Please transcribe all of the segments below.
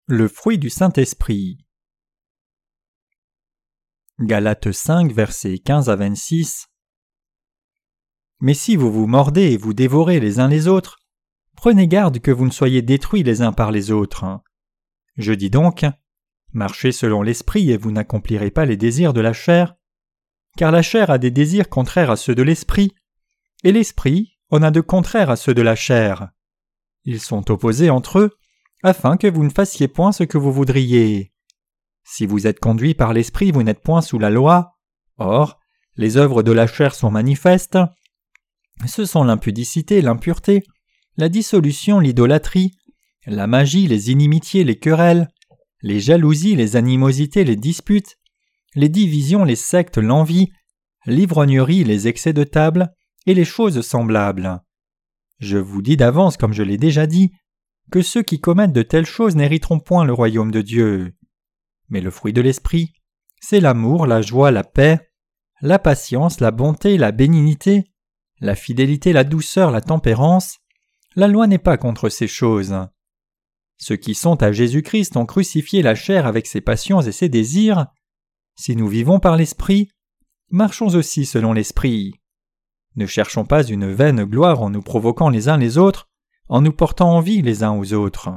Le fruit du Saint-Esprit. Galates 5, versets 15 à 26. Mais si vous vous mordez et vous dévorez les uns les autres, prenez garde que vous ne soyez détruits les uns par les autres. Je dis donc, marchez selon l'esprit et vous n'accomplirez pas les désirs de la chair, car la chair a des désirs contraires à ceux de l'esprit, et l'esprit en a de contraires à ceux de la chair. Ils sont opposés entre eux, afin que vous ne fassiez point ce que vous voudriez. Si vous êtes conduits par l'esprit, vous n'êtes point sous la loi. Or, les œuvres de la chair sont manifestes. Ce sont l'impudicité, l'impureté, la dissolution, l'idolâtrie, la magie, les inimitiés, les querelles, les jalousies, les animosités, les disputes, les divisions, les sectes, l'envie, l'ivrognerie, les excès de table et les choses semblables. Je vous dis d'avance, comme je l'ai déjà dit, que ceux qui commettent de telles choses n'hériteront point le royaume de Dieu. Mais le fruit de l'esprit, c'est l'amour, la joie, la paix, la patience, la bonté, la bénignité, la fidélité, la douceur, la tempérance. La loi n'est pas contre ces choses. Ceux qui sont à Jésus-Christ ont crucifié la chair avec ses passions et ses désirs. Si nous vivons par l'esprit, marchons aussi selon l'esprit. Ne cherchons pas une vaine gloire en nous provoquant les uns les autres, en nous portant envie les uns aux autres.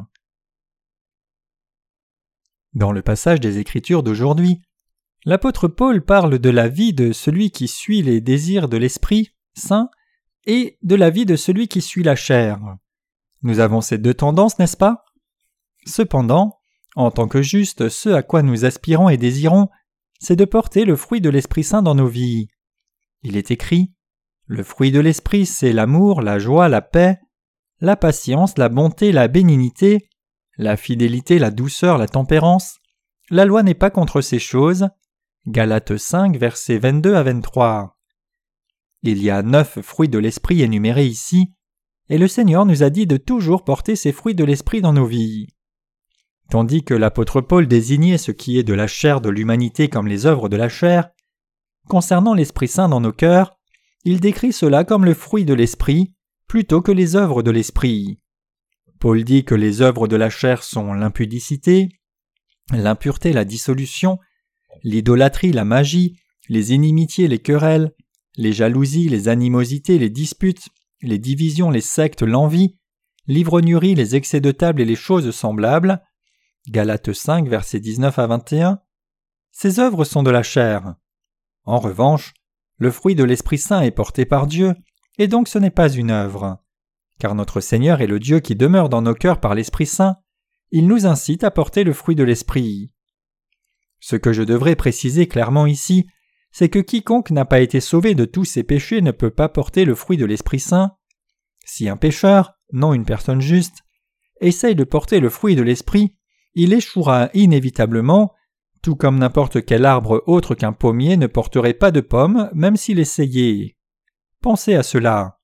Dans le passage des Écritures d'aujourd'hui, l'apôtre Paul parle de la vie de celui qui suit les désirs de l'Esprit Saint et de la vie de celui qui suit la chair. Nous avons ces deux tendances, n'est-ce pas? Cependant, en tant que justes, ce à quoi nous aspirons et désirons, c'est de porter le fruit de l'Esprit Saint dans nos vies. Il est écrit: le fruit de l'Esprit, c'est l'amour, la joie, la paix, la patience, la bonté, la bénignité, la fidélité, la douceur, la tempérance. La loi n'est pas contre ces choses. Galates 5, versets 22 à 23. Il y a 9 fruits de l'Esprit énumérés ici, et le Seigneur nous a dit de toujours porter ces fruits de l'Esprit dans nos vies. Tandis que l'apôtre Paul désignait ce qui est de la chair de l'humanité comme les œuvres de la chair, concernant l'Esprit Saint dans nos cœurs, il décrit cela comme le fruit de l'Esprit, plutôt que les œuvres de l'Esprit. Paul dit que les œuvres de la chair sont l'impudicité, l'impureté, la dissolution, l'idolâtrie, la magie, les inimitiés, les querelles, les jalousies, les animosités, les disputes, les divisions, les sectes, l'envie, l'ivrognerie, les excès de table et les choses semblables. Galates 5, versets 19 à 21. Ces œuvres sont de la chair. En revanche, le fruit de l'Esprit Saint est porté par Dieu, et donc ce n'est pas une œuvre. Car notre Seigneur est le Dieu qui demeure dans nos cœurs par l'Esprit Saint. Il nous incite à porter le fruit de l'Esprit. Ce que je devrais préciser clairement ici, c'est que quiconque n'a pas été sauvé de tous ses péchés ne peut pas porter le fruit de l'Esprit Saint. Si un pécheur, non une personne juste, essaye de porter le fruit de l'Esprit, il échouera inévitablement, tout comme n'importe quel arbre autre qu'un pommier ne porterait pas de pommes même s'il essayait. Pensez à cela.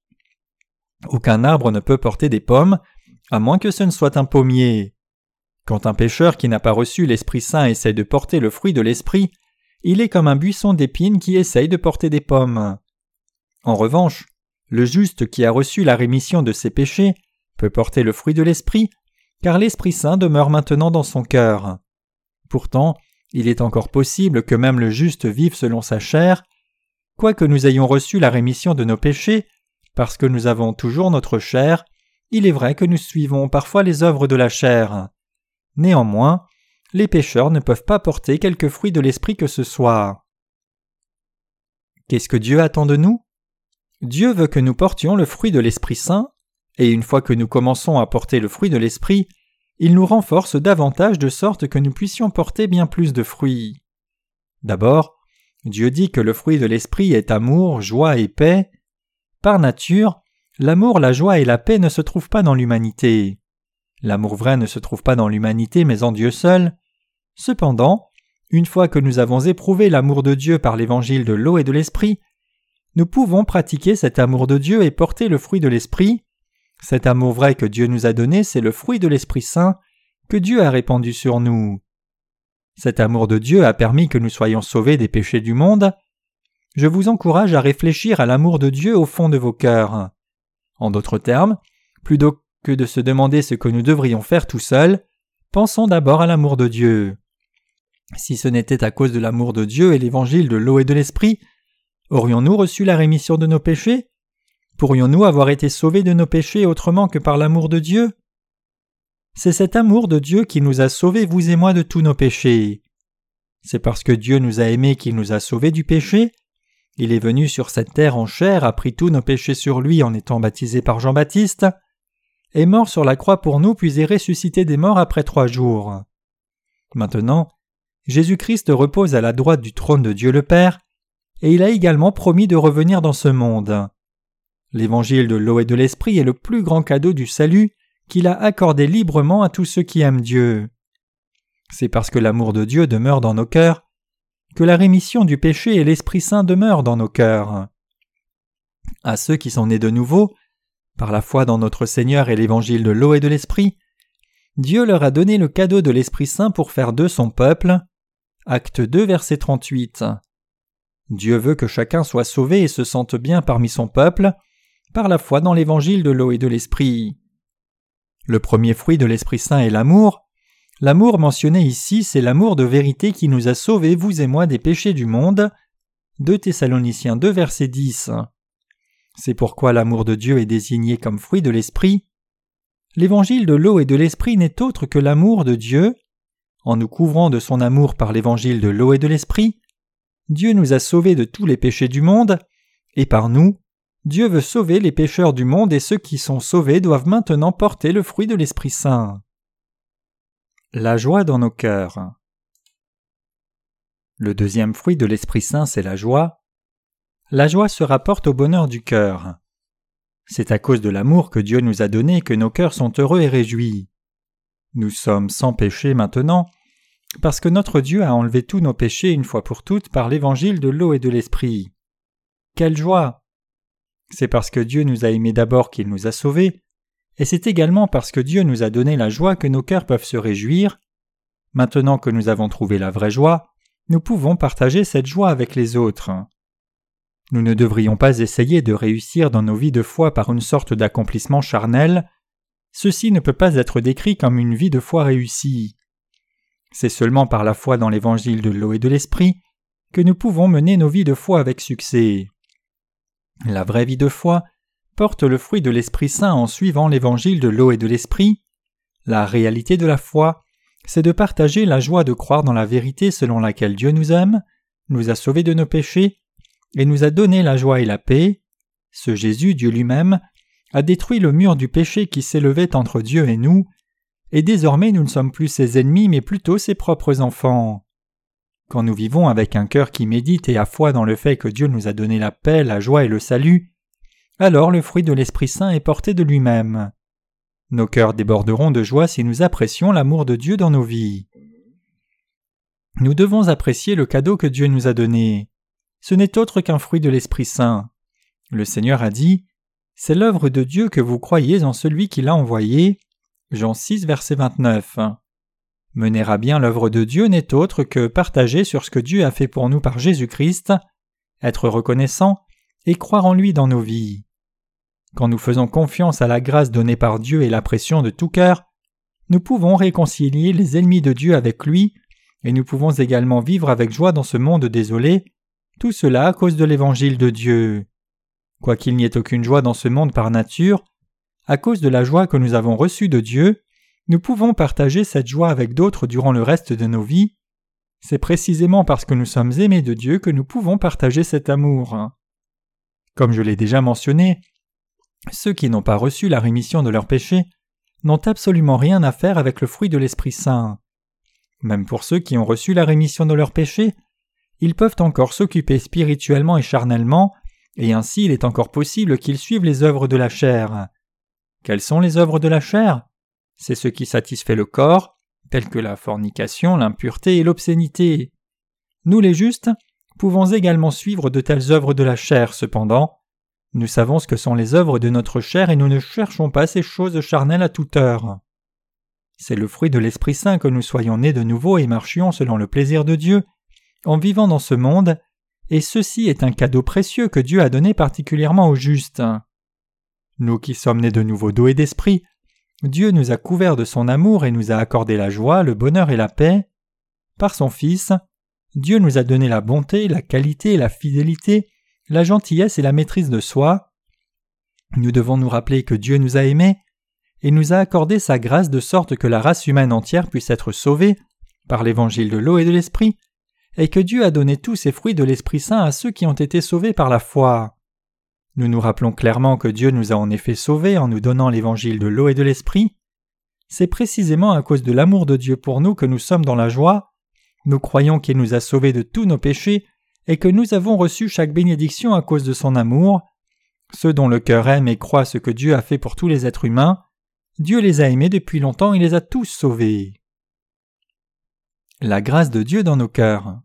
Aucun arbre ne peut porter des pommes, à moins que ce ne soit un pommier. Quand un pécheur qui n'a pas reçu l'Esprit Saint essaie de porter le fruit de l'Esprit, il est comme un buisson d'épines qui essaye de porter des pommes. En revanche, le juste qui a reçu la rémission de ses péchés peut porter le fruit de l'Esprit, car l'Esprit Saint demeure maintenant dans son cœur. Pourtant, il est encore possible que même le juste vive selon sa chair. Quoique nous ayons reçu la rémission de nos péchés, parce que nous avons toujours notre chair, il est vrai que nous suivons parfois les œuvres de la chair. Néanmoins, les pécheurs ne peuvent pas porter quelque fruit de l'Esprit que ce soit. Qu'est-ce que Dieu attend de nous? Dieu veut que nous portions le fruit de l'Esprit Saint, et une fois que nous commençons à porter le fruit de l'Esprit, il nous renforce davantage de sorte que nous puissions porter bien plus de fruits. D'abord, Dieu dit que le fruit de l'Esprit est amour, joie et paix. Par nature, l'amour, la joie et la paix ne se trouvent pas dans l'humanité. L'amour vrai ne se trouve pas dans l'humanité mais en Dieu seul. Cependant, une fois que nous avons éprouvé l'amour de Dieu par l'évangile de l'eau et de l'Esprit, nous pouvons pratiquer cet amour de Dieu et porter le fruit de l'Esprit. Cet amour vrai que Dieu nous a donné, c'est le fruit de l'Esprit Saint que Dieu a répandu sur nous. Cet amour de Dieu a permis que nous soyons sauvés des péchés du monde. Je vous encourage à réfléchir à l'amour de Dieu au fond de vos cœurs. En d'autres termes, plutôt que de se demander ce que nous devrions faire tout seuls, pensons d'abord à l'amour de Dieu. Si ce n'était à cause de l'amour de Dieu et l'évangile de l'eau et de l'esprit, aurions-nous reçu la rémission de nos péchés? Pourrions-nous avoir été sauvés de nos péchés autrement que par l'amour de Dieu? C'est cet amour de Dieu qui nous a sauvés, vous et moi, de tous nos péchés. C'est parce que Dieu nous a aimés qu'il nous a sauvés du péché. Il est venu sur cette terre en chair, a pris tous nos péchés sur lui en étant baptisé par Jean-Baptiste, est mort sur la croix pour nous, puis est ressuscité des morts après 3 jours. Maintenant, Jésus-Christ repose à la droite du trône de Dieu le Père, et il a également promis de revenir dans ce monde. L'évangile de l'eau et de l'esprit est le plus grand cadeau du salut qu'il a accordé librement à tous ceux qui aiment Dieu. C'est parce que l'amour de Dieu demeure dans nos cœurs que la rémission du péché et l'Esprit Saint demeurent dans nos cœurs. À ceux qui sont nés de nouveau, par la foi dans notre Seigneur et l'évangile de l'eau et de l'esprit, Dieu leur a donné le cadeau de l'Esprit Saint pour faire d'eux son peuple. Acte 2, verset 38. Dieu veut que chacun soit sauvé et se sente bien parmi son peuple, par la foi dans l'évangile de l'eau et de l'esprit. Le premier fruit de l'Esprit Saint est l'amour. L'amour mentionné ici, c'est l'amour de vérité qui nous a sauvés, vous et moi, des péchés du monde. 2 Thessaloniciens 2, verset 10. C'est pourquoi l'amour de Dieu est désigné comme fruit de l'Esprit. L'évangile de l'eau et de l'Esprit n'est autre que l'amour de Dieu. En nous couvrant de son amour par l'évangile de l'eau et de l'Esprit, Dieu nous a sauvés de tous les péchés du monde, et par nous, Dieu veut sauver les pécheurs du monde et ceux qui sont sauvés doivent maintenant porter le fruit de l'Esprit Saint. La joie dans nos cœurs. Le deuxième fruit de l'Esprit Saint, c'est la joie. La joie se rapporte au bonheur du cœur. C'est à cause de l'amour que Dieu nous a donné que nos cœurs sont heureux et réjouis. Nous sommes sans péché maintenant, parce que notre Dieu a enlevé tous nos péchés une fois pour toutes par l'évangile de l'eau et de l'esprit. Quelle joie! C'est parce que Dieu nous a aimés d'abord qu'il nous a sauvés, et c'est également parce que Dieu nous a donné la joie que nos cœurs peuvent se réjouir. Maintenant que nous avons trouvé la vraie joie, nous pouvons partager cette joie avec les autres. Nous ne devrions pas essayer de réussir dans nos vies de foi par une sorte d'accomplissement charnel. Ceci ne peut pas être décrit comme une vie de foi réussie. C'est seulement par la foi dans l'évangile de l'eau et de l'esprit que nous pouvons mener nos vies de foi avec succès. La vraie vie de foi porte le fruit de l'Esprit Saint en suivant l'évangile de l'eau et de l'esprit. La réalité de la foi, c'est de partager la joie de croire dans la vérité selon laquelle Dieu nous aime, nous a sauvés de nos péchés, et nous a donné la joie et la paix. Ce Jésus, Dieu lui-même, a détruit le mur du péché qui s'élevait entre Dieu et nous, et désormais nous ne sommes plus ses ennemis mais plutôt ses propres enfants. Quand nous vivons avec un cœur qui médite et a foi dans le fait que Dieu nous a donné la paix, la joie et le salut, alors le fruit de l'Esprit Saint est porté de lui-même. Nos cœurs déborderont de joie si nous apprécions l'amour de Dieu dans nos vies. Nous devons apprécier le cadeau que Dieu nous a donné. Ce n'est autre qu'un fruit de l'Esprit Saint. Le Seigneur a dit « C'est l'œuvre de Dieu que vous croyez en celui qui l'a envoyé. » Jean 6, verset 29. Mener à bien l'œuvre de Dieu n'est autre que partager sur ce que Dieu a fait pour nous par Jésus-Christ, être reconnaissant et croire en lui dans nos vies. Quand nous faisons confiance à la grâce donnée par Dieu et la pression de tout cœur, nous pouvons réconcilier les ennemis de Dieu avec lui et nous pouvons également vivre avec joie dans ce monde désolé, tout cela à cause de l'évangile de Dieu. Quoiqu'il n'y ait aucune joie dans ce monde par nature, à cause de la joie que nous avons reçue de Dieu, nous pouvons partager cette joie avec d'autres durant le reste de nos vies. C'est précisément parce que nous sommes aimés de Dieu que nous pouvons partager cet amour. Comme je l'ai déjà mentionné, ceux qui n'ont pas reçu la rémission de leurs péchés n'ont absolument rien à faire avec le fruit de l'Esprit Saint. Même pour ceux qui ont reçu la rémission de leurs péchés, ils peuvent encore s'occuper spirituellement et charnellement, et ainsi il est encore possible qu'ils suivent les œuvres de la chair. Quelles sont les œuvres de la chair? C'est ce qui satisfait le corps, telles que la fornication, l'impureté et l'obscénité. Nous les justes pouvons également suivre de telles œuvres de la chair, cependant. Nous savons ce que sont les œuvres de notre chair et nous ne cherchons pas ces choses charnelles à toute heure. C'est le fruit de l'Esprit Saint que nous soyons nés de nouveau et marchions selon le plaisir de Dieu, en vivant dans ce monde, et ceci est un cadeau précieux que Dieu a donné particulièrement aux justes. Nous qui sommes nés de nouveau d'eau et d'esprit, Dieu nous a couverts de son amour et nous a accordé la joie, le bonheur et la paix. Par son Fils, Dieu nous a donné la bonté, la qualité, la fidélité, la gentillesse et la maîtrise de soi. Nous devons nous rappeler que Dieu nous a aimés et nous a accordé sa grâce de sorte que la race humaine entière puisse être sauvée par l'évangile de l'eau et de l'esprit, et que Dieu a donné tous ces fruits de l'Esprit Saint à ceux qui ont été sauvés par la foi. Nous nous rappelons clairement que Dieu nous a en effet sauvés en nous donnant l'évangile de l'eau et de l'esprit. C'est précisément à cause de l'amour de Dieu pour nous que nous sommes dans la joie. Nous croyons qu'il nous a sauvés de tous nos péchés et que nous avons reçu chaque bénédiction à cause de son amour. Ceux dont le cœur aime et croit ce que Dieu a fait pour tous les êtres humains, Dieu les a aimés depuis longtemps et les a tous sauvés. La grâce de Dieu dans nos cœurs.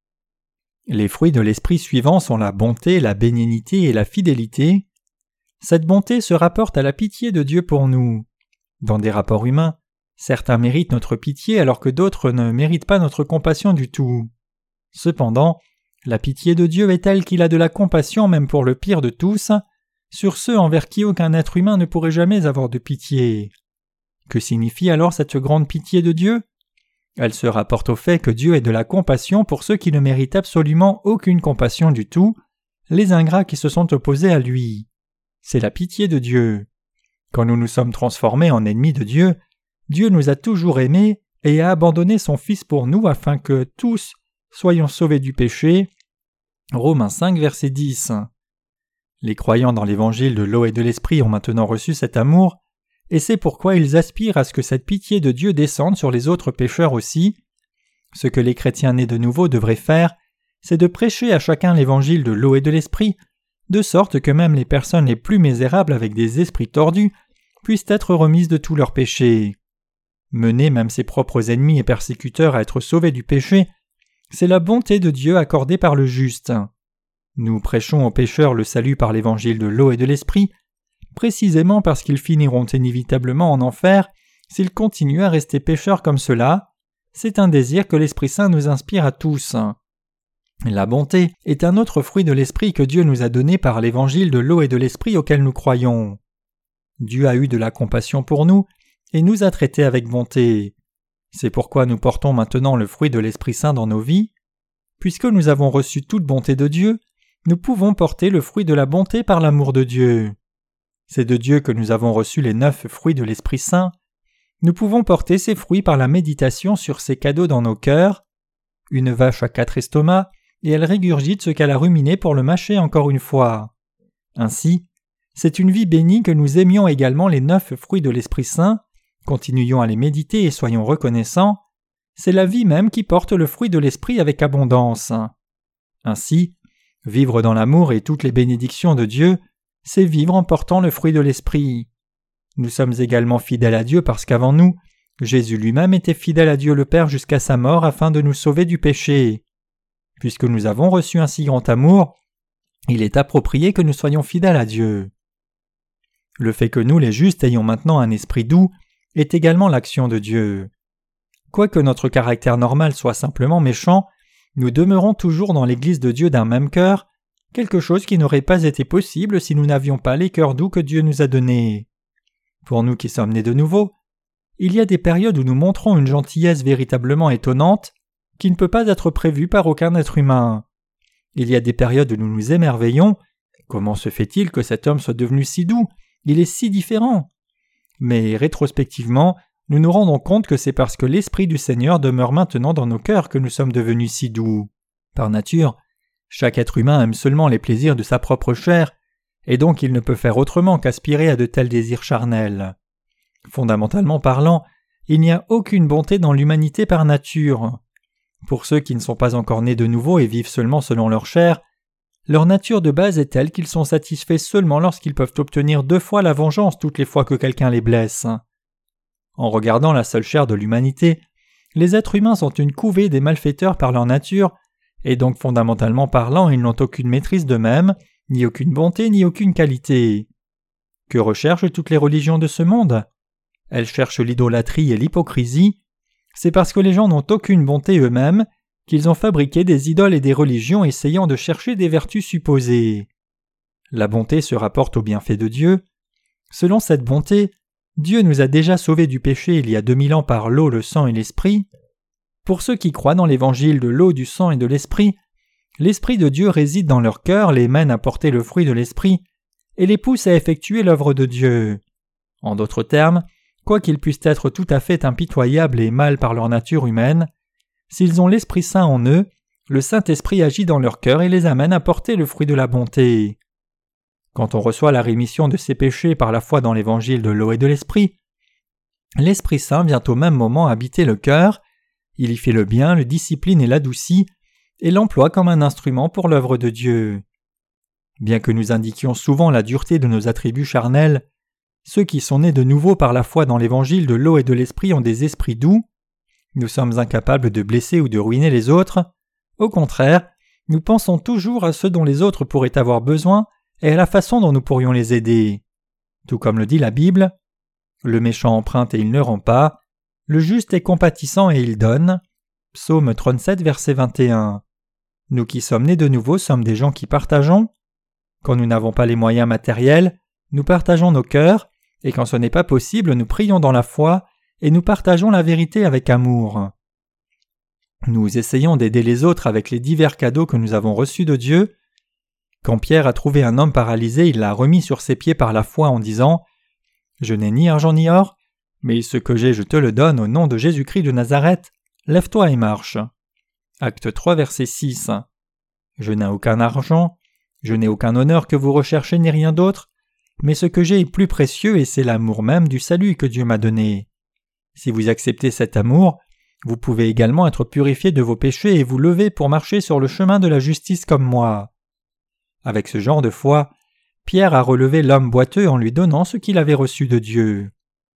Les fruits de l'esprit suivants sont la bonté, la bénignité et la fidélité. Cette bonté se rapporte à la pitié de Dieu pour nous. Dans des rapports humains, certains méritent notre pitié alors que d'autres ne méritent pas notre compassion du tout. Cependant, la pitié de Dieu est telle qu'il a de la compassion même pour le pire de tous, sur ceux envers qui aucun être humain ne pourrait jamais avoir de pitié. Que signifie alors cette grande pitié de Dieu ? Elle se rapporte au fait que Dieu ait de la compassion pour ceux qui ne méritent absolument aucune compassion du tout, les ingrats qui se sont opposés à lui. C'est la pitié de Dieu. Quand nous nous sommes transformés en ennemis de Dieu, Dieu nous a toujours aimés et a abandonné son Fils pour nous afin que tous soyons sauvés du péché. Romains 5, verset 10. Les croyants dans l'évangile de l'eau et de l'esprit ont maintenant reçu cet amour, et c'est pourquoi ils aspirent à ce que cette pitié de Dieu descende sur les autres pécheurs aussi. Ce que les chrétiens nés de nouveau devraient faire, c'est de prêcher à chacun l'évangile de l'eau et de l'esprit, de sorte que même les personnes les plus misérables avec des esprits tordus puissent être remises de tous leurs péchés. Mener même ses propres ennemis et persécuteurs à être sauvés du péché, c'est la bonté de Dieu accordée par le juste. Nous prêchons aux pécheurs le salut par l'évangile de l'eau et de l'esprit, précisément parce qu'ils finiront inévitablement en enfer s'ils continuent à rester pécheurs comme cela. C'est un désir que l'Esprit Saint nous inspire à tous. La bonté est un autre fruit de l'Esprit que Dieu nous a donné par l'évangile de l'eau et de l'Esprit auquel nous croyons. Dieu a eu de la compassion pour nous et nous a traités avec bonté. C'est pourquoi nous portons maintenant le fruit de l'Esprit Saint dans nos vies. Puisque nous avons reçu toute bonté de Dieu, nous pouvons porter le fruit de la bonté par l'amour de Dieu. C'est de Dieu que nous avons reçu les 9 fruits de l'Esprit Saint. Nous pouvons porter ces fruits par la méditation sur ces cadeaux dans nos cœurs. Une vache a 4 estomacs, et elle régurgite ce qu'elle a ruminé pour le mâcher encore une fois. Ainsi, c'est une vie bénie que nous aimions également les 9 fruits de l'Esprit Saint, continuons à les méditer et soyons reconnaissants. C'est la vie même qui porte le fruit de l'Esprit avec abondance. Ainsi, vivre dans l'amour et toutes les bénédictions de Dieu, c'est vivre en portant le fruit de l'Esprit. Nous sommes également fidèles à Dieu parce qu'avant nous, Jésus lui-même était fidèle à Dieu le Père jusqu'à sa mort afin de nous sauver du péché. Puisque nous avons reçu un si grand amour, il est approprié que nous soyons fidèles à Dieu. Le fait que nous, les justes, ayons maintenant un esprit doux est également l'action de Dieu. Quoique notre caractère normal soit simplement méchant, nous demeurons toujours dans l'Église de Dieu d'un même cœur, quelque chose qui n'aurait pas été possible si nous n'avions pas les cœurs doux que Dieu nous a donnés. Pour nous qui sommes nés de nouveau, il y a des périodes où nous montrons une gentillesse véritablement étonnante qui ne peut pas être prévue par aucun être humain. Il y a des périodes où nous nous émerveillons. Comment se fait-il que cet homme soit devenu si doux ? Il est si différent. Mais rétrospectivement, nous nous rendons compte que c'est parce que l'Esprit du Seigneur demeure maintenant dans nos cœurs que nous sommes devenus si doux. Par nature, chaque être humain aime seulement les plaisirs de sa propre chair, et donc il ne peut faire autrement qu'aspirer à de tels désirs charnels. Fondamentalement parlant, il n'y a aucune bonté dans l'humanité par nature. Pour ceux qui ne sont pas encore nés de nouveau et vivent seulement selon leur chair, leur nature de base est telle qu'ils sont satisfaits seulement lorsqu'ils peuvent obtenir 2 fois la vengeance toutes les fois que quelqu'un les blesse. En regardant la seule chair de l'humanité, les êtres humains sont une couvée des malfaiteurs par leur nature, et donc fondamentalement parlant, ils n'ont aucune maîtrise d'eux-mêmes, ni aucune bonté, ni aucune qualité. Que recherchent toutes les religions de ce monde ? Elles cherchent l'idolâtrie et l'hypocrisie. C'est parce que les gens n'ont aucune bonté eux-mêmes qu'ils ont fabriqué des idoles et des religions essayant de chercher des vertus supposées. La bonté se rapporte au bienfait de Dieu. Selon cette bonté, Dieu nous a déjà sauvés du péché il y a 2000 ans par l'eau, le sang et l'esprit. Pour ceux qui croient dans l'évangile de l'eau, du sang et de l'esprit de Dieu réside dans leur cœur, les mène à porter le fruit de l'esprit et les pousse à effectuer l'œuvre de Dieu. En d'autres termes, quoiqu'ils puissent être tout à fait impitoyables et mal par leur nature humaine, s'ils ont l'Esprit Saint en eux, le Saint-Esprit agit dans leur cœur et les amène à porter le fruit de la bonté. Quand on reçoit la rémission de ses péchés par la foi dans l'évangile de l'eau et de l'Esprit Saint vient au même moment habiter le cœur, il y fait le bien, le discipline et l'adoucit, et l'emploie comme un instrument pour l'œuvre de Dieu. Bien que nous indiquions souvent la dureté de nos attributs charnels, ceux qui sont nés de nouveau par la foi dans l'évangile de l'eau et de l'esprit ont des esprits doux. Nous sommes incapables de blesser ou de ruiner les autres. Au contraire, nous pensons toujours à ce dont les autres pourraient avoir besoin et à la façon dont nous pourrions les aider. Tout comme le dit la Bible, « Le méchant emprunte et il ne rend pas, le juste est compatissant et il donne. » Psaume 37, verset 21. Nous qui sommes nés de nouveau sommes des gens qui partageons. Quand nous n'avons pas les moyens matériels, nous partageons nos cœurs, et quand ce n'est pas possible, nous prions dans la foi, et nous partageons la vérité avec amour. Nous essayons d'aider les autres avec les divers cadeaux que nous avons reçus de Dieu. Quand Pierre a trouvé un homme paralysé, il l'a remis sur ses pieds par la foi en disant « Je n'ai ni argent ni or, mais ce que j'ai je te le donne au nom de Jésus-Christ de Nazareth, lève-toi et marche. » Acte 3, verset 6. « Je n'ai aucun argent, je n'ai aucun honneur que vous recherchez ni rien d'autre, mais ce que j'ai est plus précieux et c'est l'amour même du salut que Dieu m'a donné. Si vous acceptez cet amour, vous pouvez également être purifié de vos péchés et vous lever pour marcher sur le chemin de la justice comme moi. » Avec ce genre de foi, Pierre a relevé l'homme boiteux en lui donnant ce qu'il avait reçu de Dieu.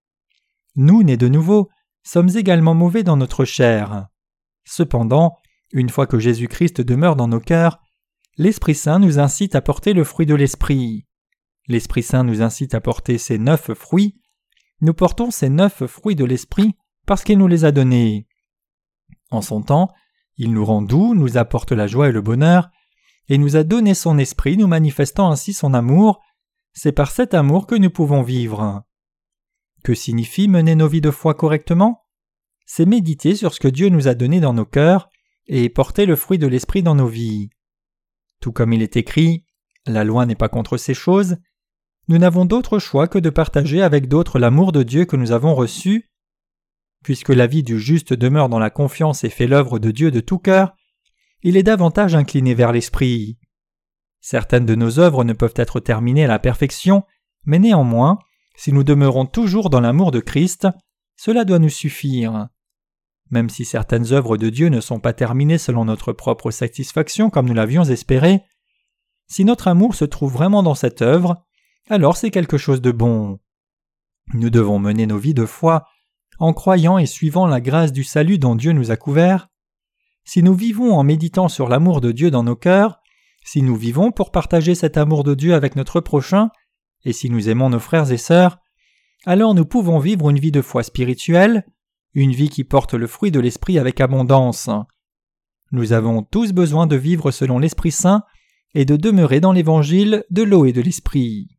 Nous, nés de nouveau, sommes également mauvais dans notre chair. Cependant, une fois que Jésus-Christ demeure dans nos cœurs, l'Esprit Saint nous incite à porter le fruit de l'Esprit. L'Esprit Saint nous incite à porter ces 9 fruits. Nous portons ces 9 fruits de l'Esprit parce qu'il nous les a donnés. En son temps, il nous rend doux, nous apporte la joie et le bonheur, et nous a donné son Esprit, nous manifestant ainsi son amour. C'est par cet amour que nous pouvons vivre. Que signifie mener nos vies de foi correctement ? C'est méditer sur ce que Dieu nous a donné dans nos cœurs et porter le fruit de l'Esprit dans nos vies. Tout comme il est écrit, la loi n'est pas contre ces choses, nous n'avons d'autre choix que de partager avec d'autres l'amour de Dieu que nous avons reçu. Puisque la vie du juste demeure dans la confiance et fait l'œuvre de Dieu de tout cœur, il est davantage incliné vers l'Esprit. Certaines de nos œuvres ne peuvent être terminées à la perfection, mais néanmoins, si nous demeurons toujours dans l'amour de Christ, cela doit nous suffire. Même si certaines œuvres de Dieu ne sont pas terminées selon notre propre satisfaction comme nous l'avions espéré, si notre amour se trouve vraiment dans cette œuvre, alors c'est quelque chose de bon. Nous devons mener nos vies de foi en croyant et suivant la grâce du salut dont Dieu nous a couverts. Si nous vivons en méditant sur l'amour de Dieu dans nos cœurs, si nous vivons pour partager cet amour de Dieu avec notre prochain, et si nous aimons nos frères et sœurs, alors nous pouvons vivre une vie de foi spirituelle, une vie qui porte le fruit de l'Esprit avec abondance. Nous avons tous besoin de vivre selon l'Esprit Saint et de demeurer dans l'Évangile de l'eau et de l'Esprit.